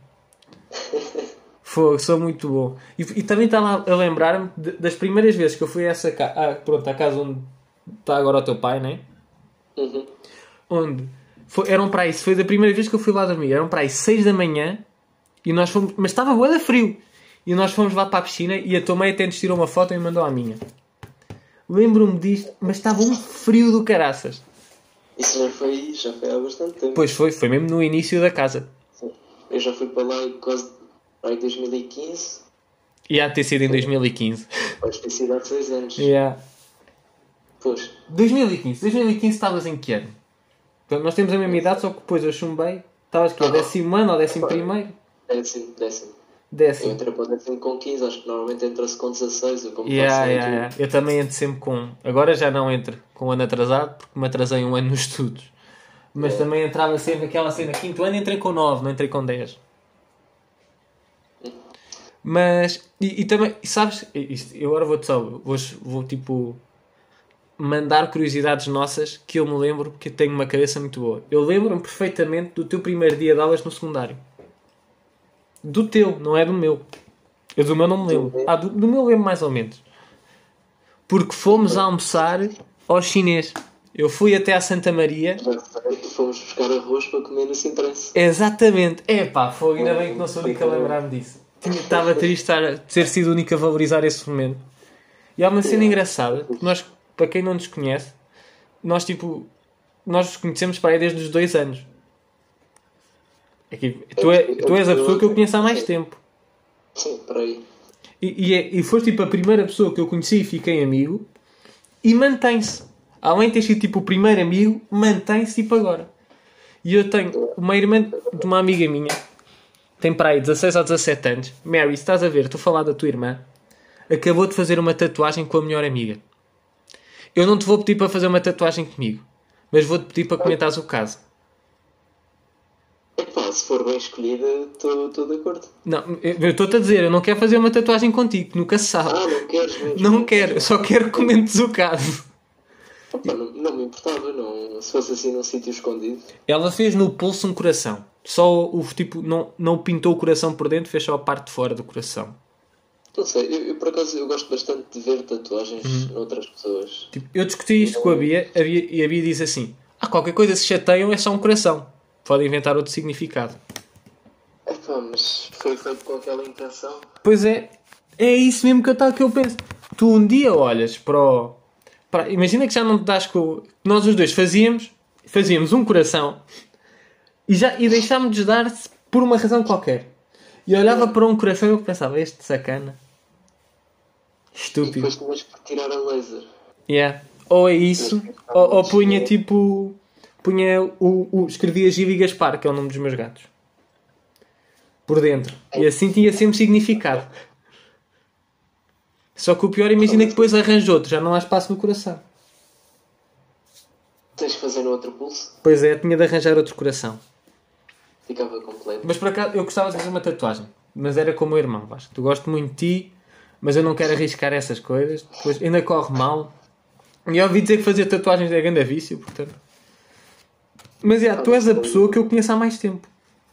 Sou muito bom. E também estava a lembrar-me das primeiras vezes que eu fui a essa casa, à casa onde está agora o teu pai, não é? Uhum. Onde eram para aí, foi da primeira vez que eu fui lá dormir, eram para aí 6 da manhã e nós fomos, mas estava bué de frio. E nós fomos lá para a piscina e a tua mãe até nos tirou uma foto e me mandou a minha. Lembro-me disto, mas estava um frio do caraças. Isso já foi há bastante tempo. Pois foi mesmo no início da casa. Sim. Eu já fui para lá em quase em 2015. E há de ter sido em 2015. Pode ter sido há 6 anos. Yeah. Pois. 2015 estavas em que ano? Então, nós temos a mesma idade, só que depois eu chumbei. Estavas que é 10º ano ou 11º? Décimo. Eu entrei para o décimo com 15, acho que normalmente entra-se com 16. Eu, Eu também entro sempre com... Agora já não entro com um ano atrasado, porque me atrasei um ano nos estudos. Mas também entrava sempre aquela cena, 5º ano entrei com 9, não entrei com 10. Mas, e também, sabes, eu agora vou tipo mandar curiosidades nossas que eu me lembro, porque eu tenho uma cabeça muito boa. Eu lembro-me perfeitamente do teu primeiro dia de aulas no secundário. Do teu, não é do meu. Eu do meu não me lembro. Do meu lembro mais ou menos. Porque fomos almoçar ao chinês. Eu fui até à Santa Maria. Fomos buscar arroz para comer no Sintrense. Exatamente. Ainda bem que não sou o único a lembrar-me disso. Estava triste de ter sido o único a valorizar esse momento. E há uma cena engraçada, porque nós, para quem não nos conhece, nós nos conhecemos para aí desde os 2 anos. Tu és a pessoa que eu conheço há mais tempo. Sim, para aí. E foste tipo a primeira pessoa que eu conheci e fiquei amigo, e mantém-se. Além de ter sido tipo o primeiro amigo, mantém-se tipo agora. E eu tenho uma irmã de uma amiga minha, tem para aí 16 ou 17 anos. Mary, se estás a ver, estou a falar da tua irmã, acabou de fazer uma tatuagem com a melhor amiga. Eu não te vou pedir para fazer uma tatuagem comigo, mas vou-te pedir para comentares o caso. Se for bem escolhida, estou de acordo. Não, eu estou-te a dizer, eu não quero fazer uma tatuagem contigo, nunca se sabe. Não queres mesmo? Não quero, eu só quero que comentes o caso. Não me importava, se fosse assim num sítio escondido. Ela fez no pulso um coração. Só o tipo, não pintou o coração por dentro, fez só a parte de fora do coração. Não sei, eu por acaso eu gosto bastante de ver tatuagens noutras pessoas. Tipo, eu discuti isto com a Bia e a Bia diz assim: qualquer coisa se chateiam é só um coração. Pode inventar outro significado. Mas foi feito com aquela intenção. Pois é isso mesmo que eu penso. Tu um dia olhas imagina que já não te das com... Nós os dois fazíamos um coração e deixámos de dar-se por uma razão qualquer. E olhava para um coração e eu pensava, este sacana. Estúpido. E depois tinhas que tirar a laser. Ou é isso, ou punha tipo... escrevia Gil e Gaspar, que é o nome dos meus gatos. Por dentro. E assim tinha sempre significado. Só que o pior, imagina que depois arranjo outro. Já não há espaço no coração. Tens de fazer no outro pulso? Pois é, tinha de arranjar outro coração. Ficava completo. Mas por acaso, eu gostava de fazer uma tatuagem. Mas era com o meu irmão, Vasco. Tu gosto muito de ti, mas eu não quero arriscar essas coisas. Depois ainda corre mal. E eu ouvi dizer que fazer tatuagens é grande vício, portanto... Mas tu és a pessoa que eu conheço há mais tempo.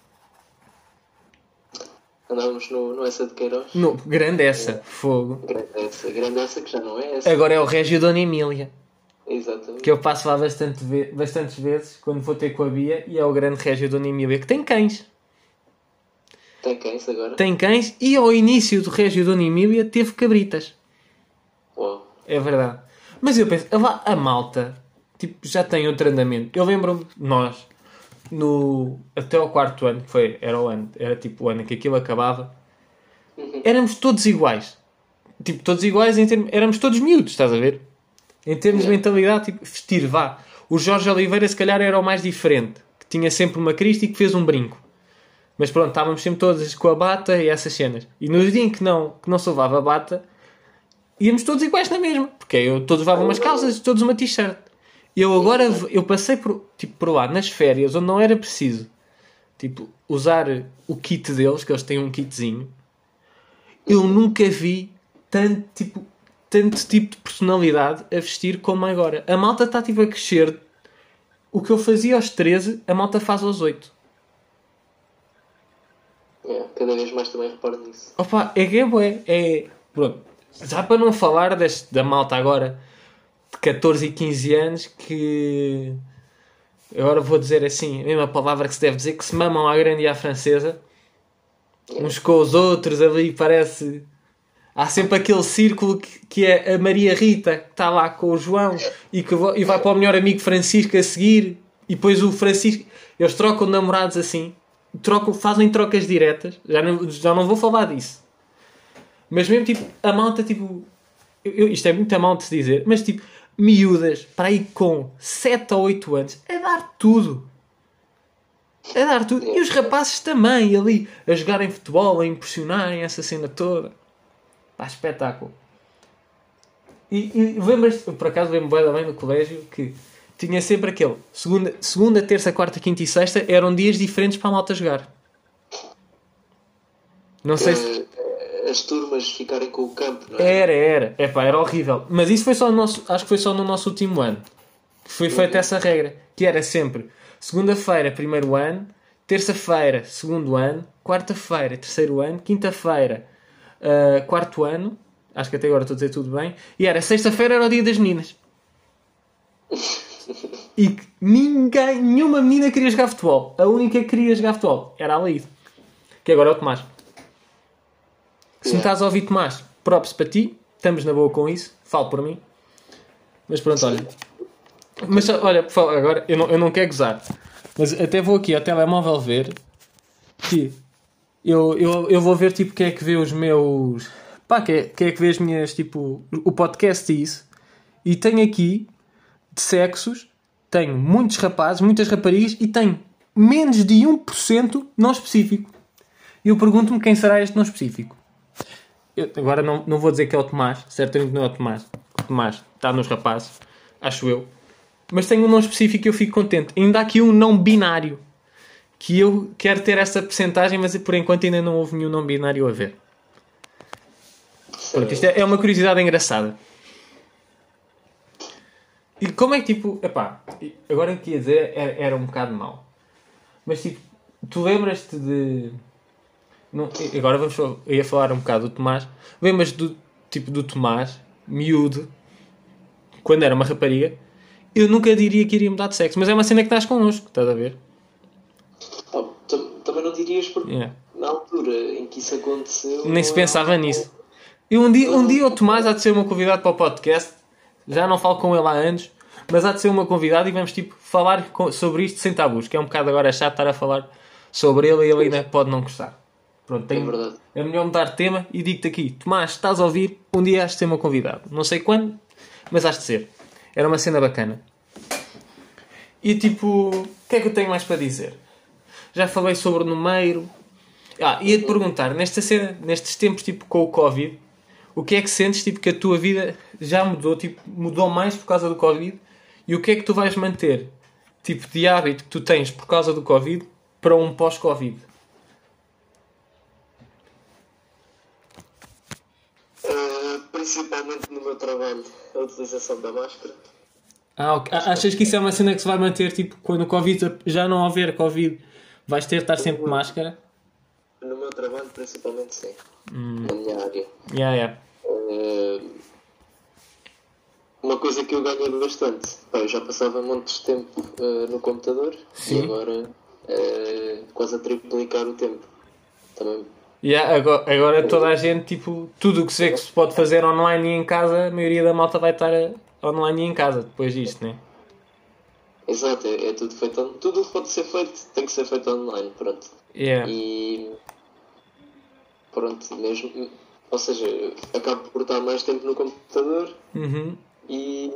Andávamos no essa de Queiroz. No, grande essa, fogo. Grande essa que já não é essa. Agora é o Régio Dona Emília. Exatamente. Que eu passo lá bastantes vezes quando vou ter com a Bia, e é o grande Régio Dona Emília, que tem cães. Tem cães agora? Tem cães, e ao início do Régio Dona Emília teve cabritas. Uau. É verdade. Mas eu penso, a malta tipo, já tem outro andamento. Eu lembro-me, nós até ao quarto ano, era tipo o ano em que aquilo acabava, éramos todos iguais. Tipo, todos iguais éramos todos miúdos, estás a ver? Em termos de mentalidade, tipo, vestir, vá. O Jorge Oliveira, se calhar, era o mais diferente. Que tinha sempre uma crista e que fez um brinco. Mas pronto, estávamos sempre todos com a bata e essas cenas. E no dia em que não se levava a bata, íamos todos iguais na mesma. Porque todos levavam umas calças e todos uma t-shirt. Eu passei por lá, nas férias, onde não era preciso tipo, usar o kit deles, que eles têm um kitzinho. Eu nunca vi tanto tipo de personalidade a vestir como agora. A malta está tipo a crescer. O que eu fazia aos 13, a malta faz aos 8. Cada vez mais também reparo nisso. Opa, pronto. Já para não falar da malta agora de 14 e 15 anos que agora vou dizer assim, a mesma palavra que se deve dizer, que se mamam à grande e à francesa, uns com os outros ali, parece. Há sempre aquele círculo que é a Maria Rita, que está lá com o João e vai para o melhor amigo Francisco a seguir, e depois o Francisco, eles trocam namorados assim, fazem trocas diretas, já não vou falar disso. Mas mesmo tipo, a malta tipo, isto é muito a mal de se dizer, mas tipo, miúdas, para aí com 7 ou 8 anos, a dar tudo. A dar tudo. E os rapazes também, ali, a jogarem futebol, a impressionarem essa cena toda. Pá, espetáculo. E lembras-te, por acaso lembro-me bem no colégio, que tinha sempre aquele segunda, terça, quarta, quinta e sexta eram dias diferentes para a malta jogar. Não sei se... As turmas ficarem com o campo, não é? Era horrível. Mas isso foi só acho que foi só no nosso último ano que foi feita essa regra, que era sempre segunda-feira, primeiro ano, terça-feira, segundo ano, quarta-feira, terceiro ano, quinta-feira, quarto ano, acho que até agora estou a dizer tudo bem, e era sexta-feira, era o dia das meninas. E nenhuma menina queria jogar futebol. A única que queria jogar futebol era a Laíde, que agora é o Tomás. Se me estás a ouvir, Tomás, props para ti, estamos na boa com isso, falo por mim. Mas pronto, olha. Mas olha, por favor, agora eu não quero gozar, mas até vou aqui ao telemóvel ver que eu vou ver tipo quem é que vê os meus. Pá, quem é que vê as minhas, tipo, o podcast e isso. E tenho aqui de sexos, tenho muitos rapazes, muitas raparigas e tenho menos de 1% não específico. E eu pergunto-me quem será este não específico. Agora não vou dizer que é o Tomás, certamente não é o Tomás. O Tomás está nos rapazes, acho eu. Mas tenho um não específico e eu fico contente. Ainda há aqui um não binário, que eu quero ter essa percentagem, mas por enquanto ainda não houve nenhum não binário a ver. Pronto, isto é uma curiosidade engraçada. E como é que tipo... Epá, agora o que ia dizer era um bocado mau. Mas tipo, tu lembras-te de... Não, agora eu ia falar um bocado do Tomás. Lembras do Tomás, miúdo, quando era uma rapariga? Eu nunca diria que iria mudar de sexo, mas é uma cena que estás connosco, estás a ver? Também não dirias porque na altura em que isso aconteceu... Nem se pensava nisso. E um dia o Tomás há de ser o meu convidado para o podcast. Já não falo com ele há anos, mas há de ser o meu convidado e vamos tipo falar sobre isto sem tabus, que é um bocado agora chato estar a falar sobre ele e ele ainda pode não gostar. Pronto, é melhor mudar de tema e digo-te aqui, Tomás, estás a ouvir, um dia has de ser o meu convidado. Não sei quando, mas has de ser. Era uma cena bacana. E tipo, o que é que eu tenho mais para dizer? Já falei sobre o número. Ia-te perguntar, nestes tempos tipo com o Covid, o que é que sentes tipo, que a tua vida já mudou, tipo, mudou mais por causa do Covid? E o que é que tu vais manter tipo, de hábito que tu tens por causa do Covid para um pós-Covid? Principalmente no meu trabalho, a utilização da máscara. Okay. Achas que isso é uma cena que se vai manter, tipo, quando o Covid já não houver Covid, vais ter de estar sempre de máscara? No meu trabalho, principalmente, sim. Na minha área. Yeah. Uma coisa que eu ganhei bastante, eu já passava montes de tempo no computador. Sim. E agora quase a triplicar o tempo. Também. Agora toda a gente, tipo, tudo o que se vê que se pode fazer online e em casa, a maioria da malta vai estar online e em casa depois disto, não é? Exato, é tudo feito. Tudo que pode ser feito tem que ser feito online, pronto. Yeah. E pronto, mesmo. Ou seja, acabo por estar mais tempo no computador Uhum. e.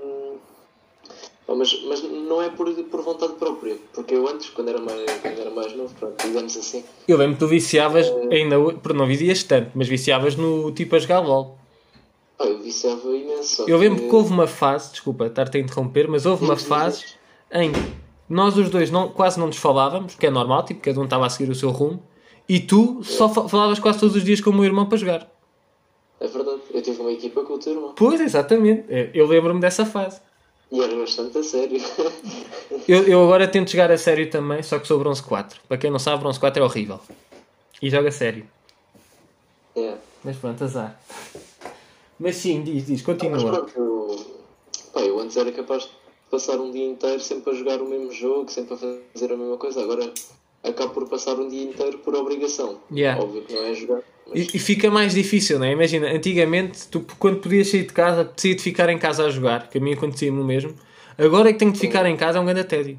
Mas não é por vontade própria, porque eu antes, quando era mais novo, pronto, digamos assim. Eu lembro que tu viciavas, ainda porque não vicias tanto, mas viciavas no tipo a jogar LOL. Eu viciava imenso. Só Eu lembro que houve uma fase, desculpa estar-te a interromper, mas houve uma fase em que nós os dois quase não nos falávamos, que é normal, tipo, cada um estava a seguir o seu rumo, e tu só falavas quase todos os dias com o meu irmão para jogar. É verdade, eu tive uma equipa com o teu irmão. Pois, exatamente. Eu lembro-me dessa fase. E era bastante a sério. Eu agora tento jogar a sério também, só que sou bronze 4. Para quem não sabe, bronze 4 é horrível. E joga a sério. Yeah. Mas pronto, azar. Mas sim, diz, Mas continua. pronto, eu antes era capaz de passar um dia inteiro sempre a jogar o mesmo jogo, sempre a fazer a mesma coisa. Agora acabo por passar um dia inteiro por obrigação. Yeah. Óbvio que não é jogar. Mas... E fica mais difícil, não é? Imagina, antigamente, tu quando podias sair de casa, apetecia de ficar em casa a jogar, que a mim acontecia-me o mesmo. Agora é que tenho de ficar em casa, é um grande tédio.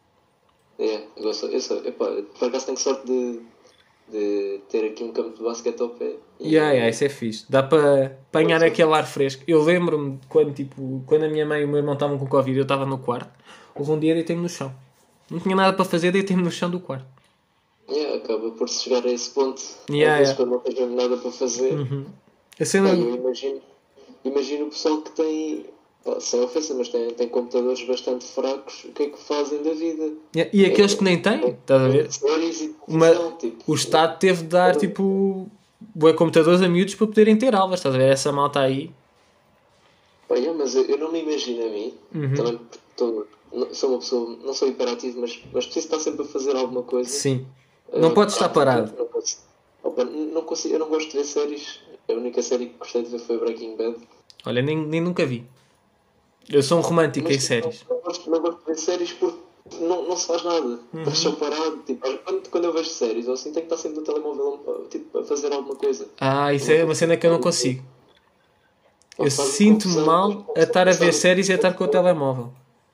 Por acaso tenho sorte de ter aqui um campo de basquete ao pé. Isso é fixe. Dá para apanhar aquele ar fresco. Eu lembro-me quando a minha mãe e o meu irmão estavam com Covid, eu estava no quarto. Houve um dia deitei-me no chão. Não tinha nada para fazer, deitei-me no chão do quarto. Acaba por se chegar a esse ponto. Às Yeah, vezes quando não tens mesmo nada para fazer. A cena... Eu imagino o pessoal que tem, sem ofensa, mas tem computadores bastante fracos, o que é que fazem da vida? E aqueles que nem têm, estás a ver? Séries e televisão, O Estado teve de dar tipo computadores a miúdos para poderem ter aulas, estás a ver? Essa malta aí. Mas eu não me imagino a mim, também sou uma pessoa, não sou hiperativo, mas preciso estar sempre a fazer alguma coisa. Sim. Não podes estar parado. Não consigo, eu não gosto de ver séries. A única série que gostei de ver foi Breaking Bad. Olha, nem nunca vi. Eu sou um romântico em séries. Não gosto de ver séries porque não se faz nada. Estás só parado. Tipo, quando eu vejo séries, eu assim tenho que estar sempre no telemóvel tipo, a fazer alguma coisa. Isso é uma cena que eu não consigo. Eu sinto-me mal a estar a ver séries e a estar com o telemóvel.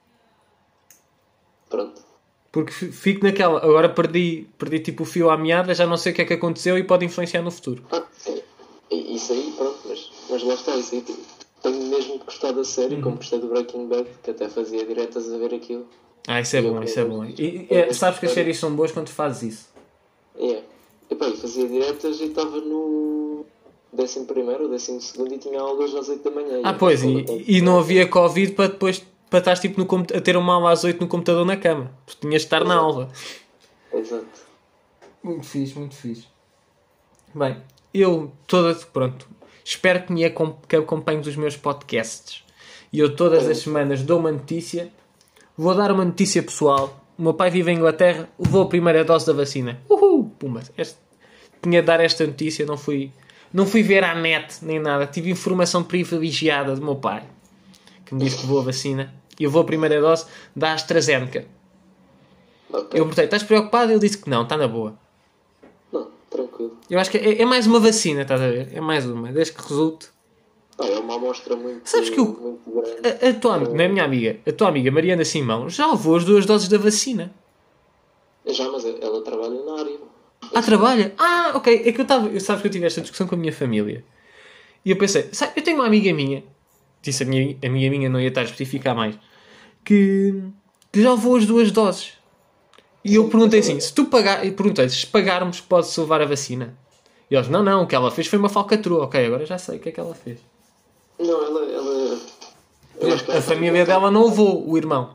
Pronto. Porque fico naquela... Agora perdi tipo o fio à meada, já não sei o que é que aconteceu e pode influenciar no futuro. Sim. Isso aí, pronto. Mas lá está. Isso aí, tenho mesmo de gostar da série, como gostei do Breaking Bad, que até fazia diretas a ver aquilo. Isso é bom, isso é bom. Sabes que as séries são boas quando fazes isso. E fazia diretas e estava no 11º ou 12º e tinha aulas às 8 da manhã. Pois, e não havia Covid para depois... Para estar tipo, a ter uma aula às 8 no computador na cama. Tu tinhas de estar na aula. Exato. Muito fixe, muito fixe. Bem, pronto. Espero que acompanhes os meus podcasts. E eu todas as semanas dou uma notícia. Vou dar uma notícia pessoal. O meu pai vive em Inglaterra. Levou a primeira dose da vacina. Pumba. Tinha de dar esta notícia. Não fui ver à net nem nada. Tive informação privilegiada do meu pai. Que me disse que levou a vacina. E eu vou a primeira dose da AstraZeneca. Okay. Eu perguntei, estás preocupado? Ele disse que não, está na boa. Não, tranquilo. Eu acho que é mais uma vacina, estás a ver? É mais uma, desde que resulte. É uma amostra muito... Sabes que muito grande. a tua amiga, não é minha amiga, a tua amiga Mariana Simão já levou as 2 doses da vacina. Já, mas ela trabalha na área. Trabalha? Ok. É que sabes que eu tive esta discussão com a minha família. E eu pensei, eu tenho uma amiga minha, disse a amiga minha, não ia estar a especificar mais, que já levou as 2 doses. E eu perguntei assim, se pagarmos pode-se levar a vacina? E eles, não, o que ela fez foi uma falcatrua. Ok, agora já sei o que é que ela fez. Não, ela a família dela não levou o irmão.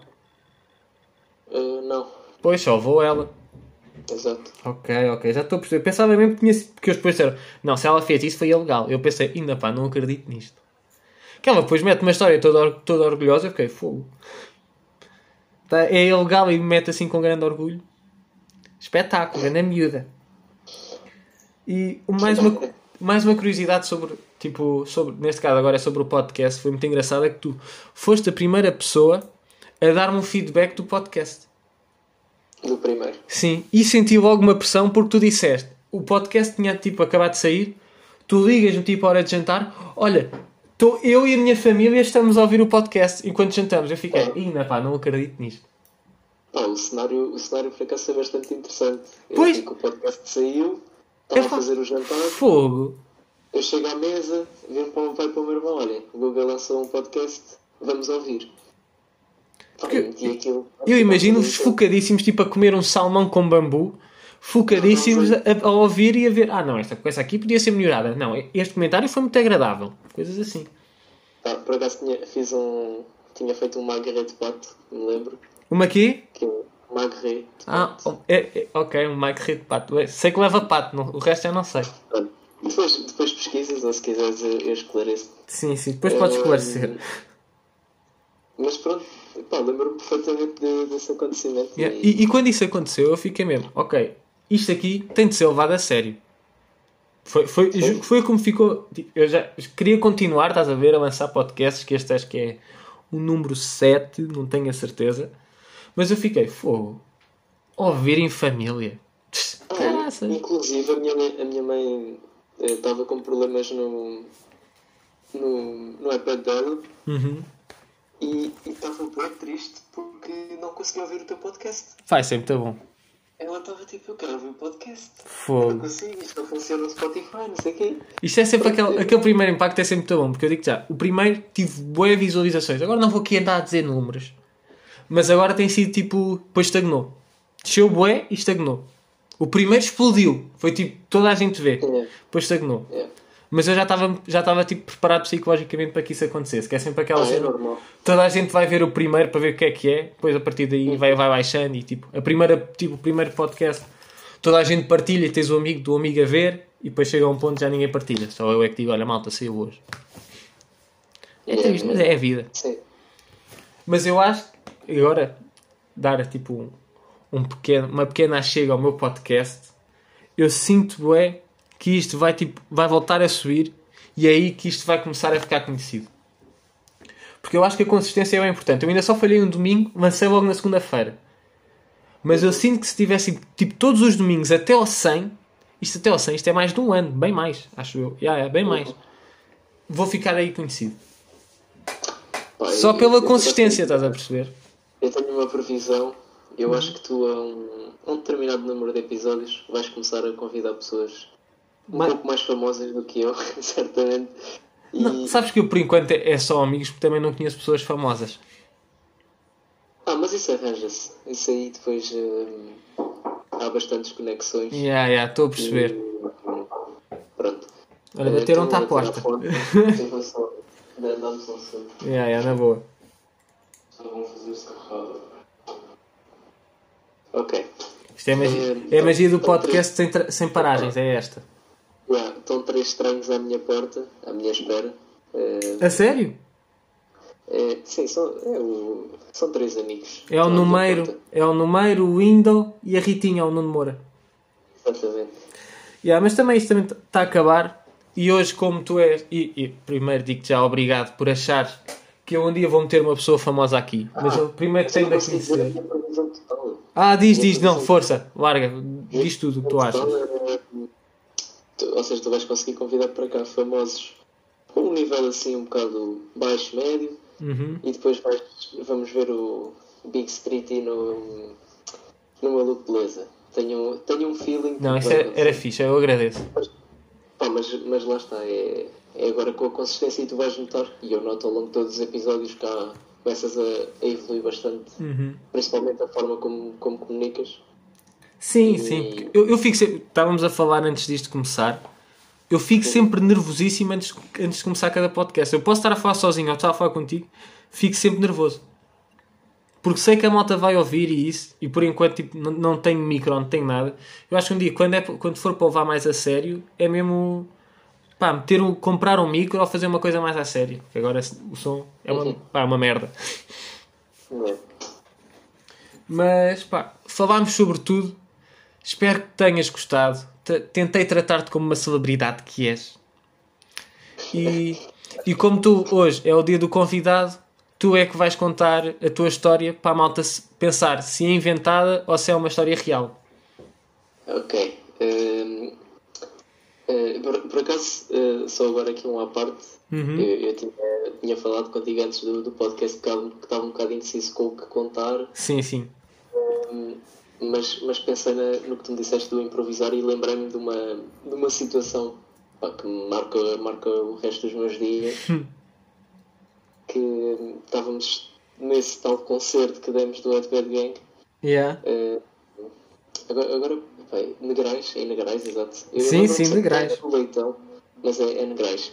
Não. Pois, só levou ela. Exato. Ok, já estou a perceber. Pensava mesmo que tinha sido, porque eles depois disseram, não, se ela fez isso foi ilegal. Eu pensei, não acredito nisto. Que ela depois mete uma história toda orgulhosa. Eu fiquei, fogo. É ilegal e me mete assim com grande orgulho. Espetáculo, grande miúda. E mais uma curiosidade sobre, neste caso agora é sobre o podcast, foi muito engraçado, é que tu foste a primeira pessoa a dar-me um feedback do podcast. Do primeiro? Sim, e senti logo uma pressão porque tu disseste, o podcast tinha acabado de sair, tu ligas-me à hora de jantar, olha, eu e a minha família estamos a ouvir o podcast enquanto jantamos. Eu fiquei, não acredito nisto. o cenário por acaso é bastante interessante. Pois. Assim que o podcast saiu, estava a fazer o jantar. Fogo. Eu chego à mesa, viro para o meu pai e para o meu irmão, olha, o Google lançou um podcast, vamos ouvir. Eu imagino-vos focadíssimos, tipo a comer um salmão com bambu, focadíssimos a ouvir e a ver, não, esta coisa aqui podia ser melhorada. Não, este comentário foi muito agradável. Coisas assim. Por acaso tinha feito um magret de pato, me lembro. Uma quê? Magret. Ok, um magret de pato. Sei que leva pato, o resto eu não sei. Depois pesquisas, ou se quiseres eu esclareço. Sim, depois podes esclarecer. Mas pronto, lembro-me perfeitamente desse acontecimento. Yeah. E quando isso aconteceu, eu fiquei mesmo, ok, isto aqui tem de ser levado a sério. Foi como ficou. Eu já queria continuar, estás a ver, a lançar podcasts, que este acho que é o número 7, não tenho a certeza. Mas eu fiquei, fogo, ouvir em família. Inclusive a minha mãe estava com problemas no iPad dela. Uhum. E estava bem triste porque não conseguia ouvir o teu podcast. Vai ser muito bom. Ela estava tipo, eu quero ouvir o podcast. Fogo. Não consigo, isto não funciona no Spotify, não sei o quê. Isto é sempre aquele primeiro impacto, é sempre muito bom. Porque eu digo já, o primeiro tive boas visualizações. Agora não vou aqui andar a dizer números. Mas agora tem sido tipo, depois estagnou. Desceu bué e estagnou. O primeiro explodiu. Foi tipo, toda a gente vê. Depois estagnou. Mas eu já estava tipo, preparado psicologicamente para que isso acontecesse. Que é sempre aquela cena. Normal. Toda a gente vai ver o primeiro para ver o que é. Depois a partir daí vai baixando. E tipo, o primeiro podcast, toda a gente partilha e tens o amigo do amigo a ver. E depois chega a um ponto que já ninguém partilha. Só eu é que digo, olha malta, saiu hoje. É triste, mas é a vida. Sim. Mas eu acho que agora dar tipo uma pequena chega ao meu podcast, eu sinto que isto vai voltar a subir e é aí que isto vai começar a ficar conhecido. Porque eu acho que a consistência é bem importante. Eu ainda só falhei um domingo, lancei logo na segunda-feira. Mas eu sinto que se tivesse tipo todos os domingos até ao 100, isto é mais de um ano, bem mais, acho eu. É bem mais. Vou ficar aí conhecido. Só pela consistência, estás a perceber? Eu tenho uma previsão. Eu acho que tu a um determinado número de episódios vais começar a convidar pessoas pouco mais famosas do que eu, certamente. Não, sabes que eu por enquanto é só amigos, porque também não conheço pessoas famosas. Mas isso arranja-se. Isso aí depois há bastantes conexões. Estou a perceber. Pronto. Olha, bateram-te à porta. Dá-me só um segundo. Na boa. Só vão fazer-se carregada. Ok. Isto é a magia do podcast sem paragens, é esta. Estão 3 estranhos à minha porta, à minha espera. A sério? Sim, são 3 amigos. É o Numeiro, o Window e a Ritinha, o Nuno Moura. Exatamente. Mas também isto também está a acabar. E hoje, como tu és... E primeiro digo-te já obrigado por achar que eu um dia vou meter uma pessoa famosa aqui. Mas eu primeiro tenho de conhecer. Diz, não, força, larga, diz tudo o que tu achas. Ou seja, tu vais conseguir convidar para cá famosos com um nível assim um bocado baixo, médio, e depois vamos ver o Big Street no Maluco Beleza. Tenho um feeling. Não, isso era fixe, eu agradeço. Mas lá está, é agora com a consistência e tu vais notar, e eu noto ao longo de todos os episódios que começas a evoluir bastante, principalmente a forma como comunicas. Sim. Eu fico sempre... Estávamos a falar antes disto começar. Eu fico sempre nervosíssimo antes de começar cada podcast. Eu posso estar a falar sozinho ou estar a falar contigo, fico sempre nervoso. Porque sei que a malta vai ouvir e por enquanto não tenho micro, não tenho nada. Eu acho que um dia, quando for para levar mais a sério, é mesmo comprar um micro ou fazer uma coisa mais a sério. Porque agora o som é uma merda. Mas falámos sobre tudo. Espero que tenhas gostado. Tentei tratar-te como uma celebridade que és. E como tu hoje é o dia do convidado, tu é que vais contar a tua história para a malta pensar se é inventada ou se é uma história real. Ok. Por acaso, só agora aqui à parte, eu tinha falado contigo antes do podcast que estava um bocado indeciso com o que contar. Sim. mas pensei no que tu me disseste do improvisar e lembrei-me de uma situação, pá, que me marca o resto dos meus dias. Que estávamos nesse tal concerto que demos do Ed Bad Gang. Yeah. Agora Negrais, é em Negrais, exato. Sim, Negrais. É Leitão, mas é Negrais.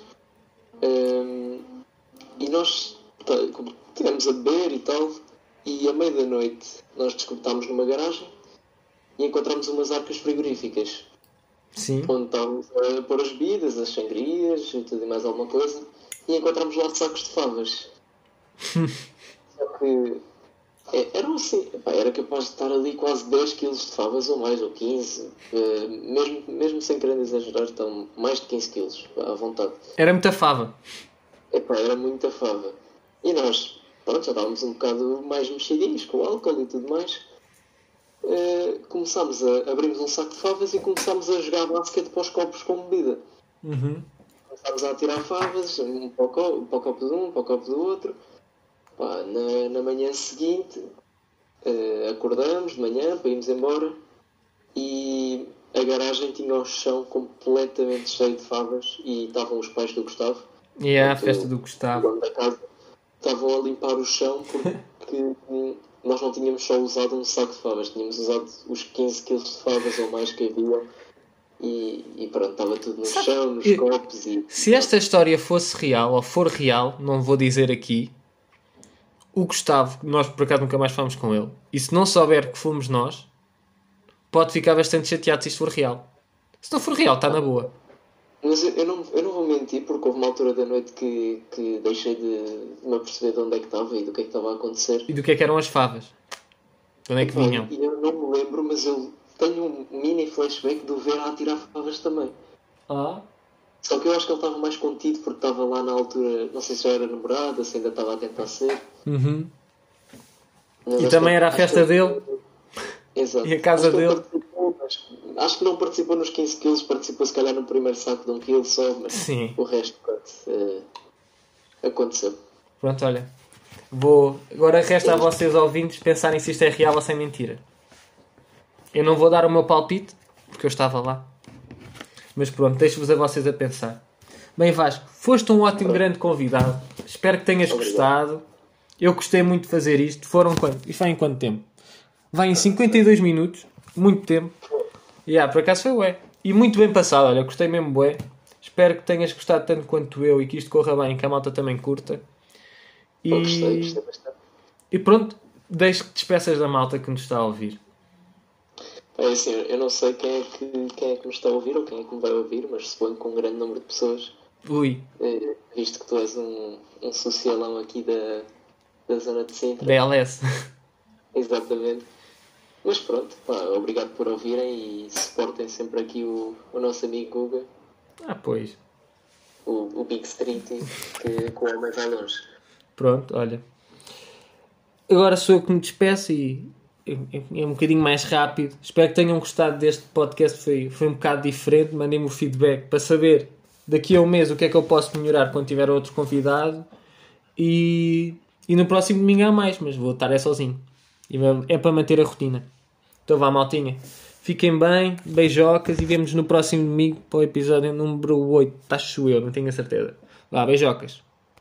E nós estivemos a beber e tal, e à meia da noite nós descontámos numa garagem e encontramos umas arcas frigoríficas. Sim. Onde estávamos a pôr as bebidas, as sangrias e tudo e mais alguma coisa, e encontramos lá sacos de favas. Só que eram assim, era capaz de estar ali quase 10 kg de favas ou mais, ou 15, mesmo sem querer exagerar, estão mais de 15 kg à vontade. Era muita fava. Era muita fava. E nós, pronto, já estávamos um bocado mais mexidinhos com o álcool e tudo mais. Abrimos um saco de favas e começámos a jogar basquete para os copos com bebida. Começámos a atirar favas, um para o copo de um, para o copo do outro. Pá, na manhã seguinte, acordamos de manhã para irmos embora e a garagem tinha o chão completamente cheio de favas e estavam os pais do Gustavo. E a festa do Gustavo. Da casa, estavam a limpar o chão porque nós não tínhamos só usado um saco de favas, tínhamos usado os 15 kg de favas ou mais que havia. E pronto, estava tudo no chão, nos copos e... Se esta história fosse real, ou for real, não vou dizer aqui, o Gustavo, nós por acaso nunca mais falamos com ele, e se não souber que fomos nós, pode ficar bastante chateado se isto for real. Se não for real, está na boa. Mas eu não vou mentir, porque houve uma altura da noite que deixei de me aperceber de onde é que estava e do que é que estava a acontecer. E do que é que eram as favas? De onde é que vinham? E eu não me lembro, mas eu tenho um mini flashback de o ver a atirar favas também. Só que eu acho que ele estava mais contido porque estava lá na altura, não sei se já era namorada, se ainda estava a tentar ser. E também era a festa dele. Exato. E a casa dele. Acho que não participou nos 15 kg, participou se calhar no primeiro saco de 1 kg só, mas sim. O resto aconteceu. Pronto, olha. Agora resta a vocês ouvintes pensarem se isto é real ou se é mentira. Eu não vou dar o meu palpite, porque eu estava lá. Mas pronto, deixo-vos a vocês a pensar. Bem, Vasco, foste um ótimo grande convidado. Espero que tenhas gostado. Eu gostei muito de fazer isto. Foram quanto? Isto vai em quanto tempo? Vai em 52 minutos. Muito tempo. Por acaso foi bué. E muito bem passado. Olha, gostei mesmo bué. Espero que tenhas gostado tanto quanto eu e que isto corra bem, que a malta também curta. Gostei bastante. E pronto, deixo que te despeças da malta que nos está a ouvir. É assim, eu não sei quem é que me está a ouvir ou quem é que me vai ouvir, mas suponho que um grande número de pessoas. Ui. Visto que tu és um socialão aqui da zona de Sintra. BLS. Exatamente. Mas pronto, obrigado por ouvirem e suportem sempre aqui o nosso amigo Guga. Pois. O Big Street, que o homem vai longe. Pronto, olha. Agora sou eu que me despeço e é um bocadinho mais rápido. Espero que tenham gostado deste podcast. Foi um bocado diferente. Mandem-me o feedback para saber daqui a um mês o que é que eu posso melhorar quando tiver outro convidado. E no próximo domingo há mais, mas vou estar sozinho. E é para manter a rotina. Então vá, maltinha. Fiquem bem, beijocas e vemos no próximo domingo para o episódio número 8. Acho eu, não tenho a certeza. Vá, beijocas.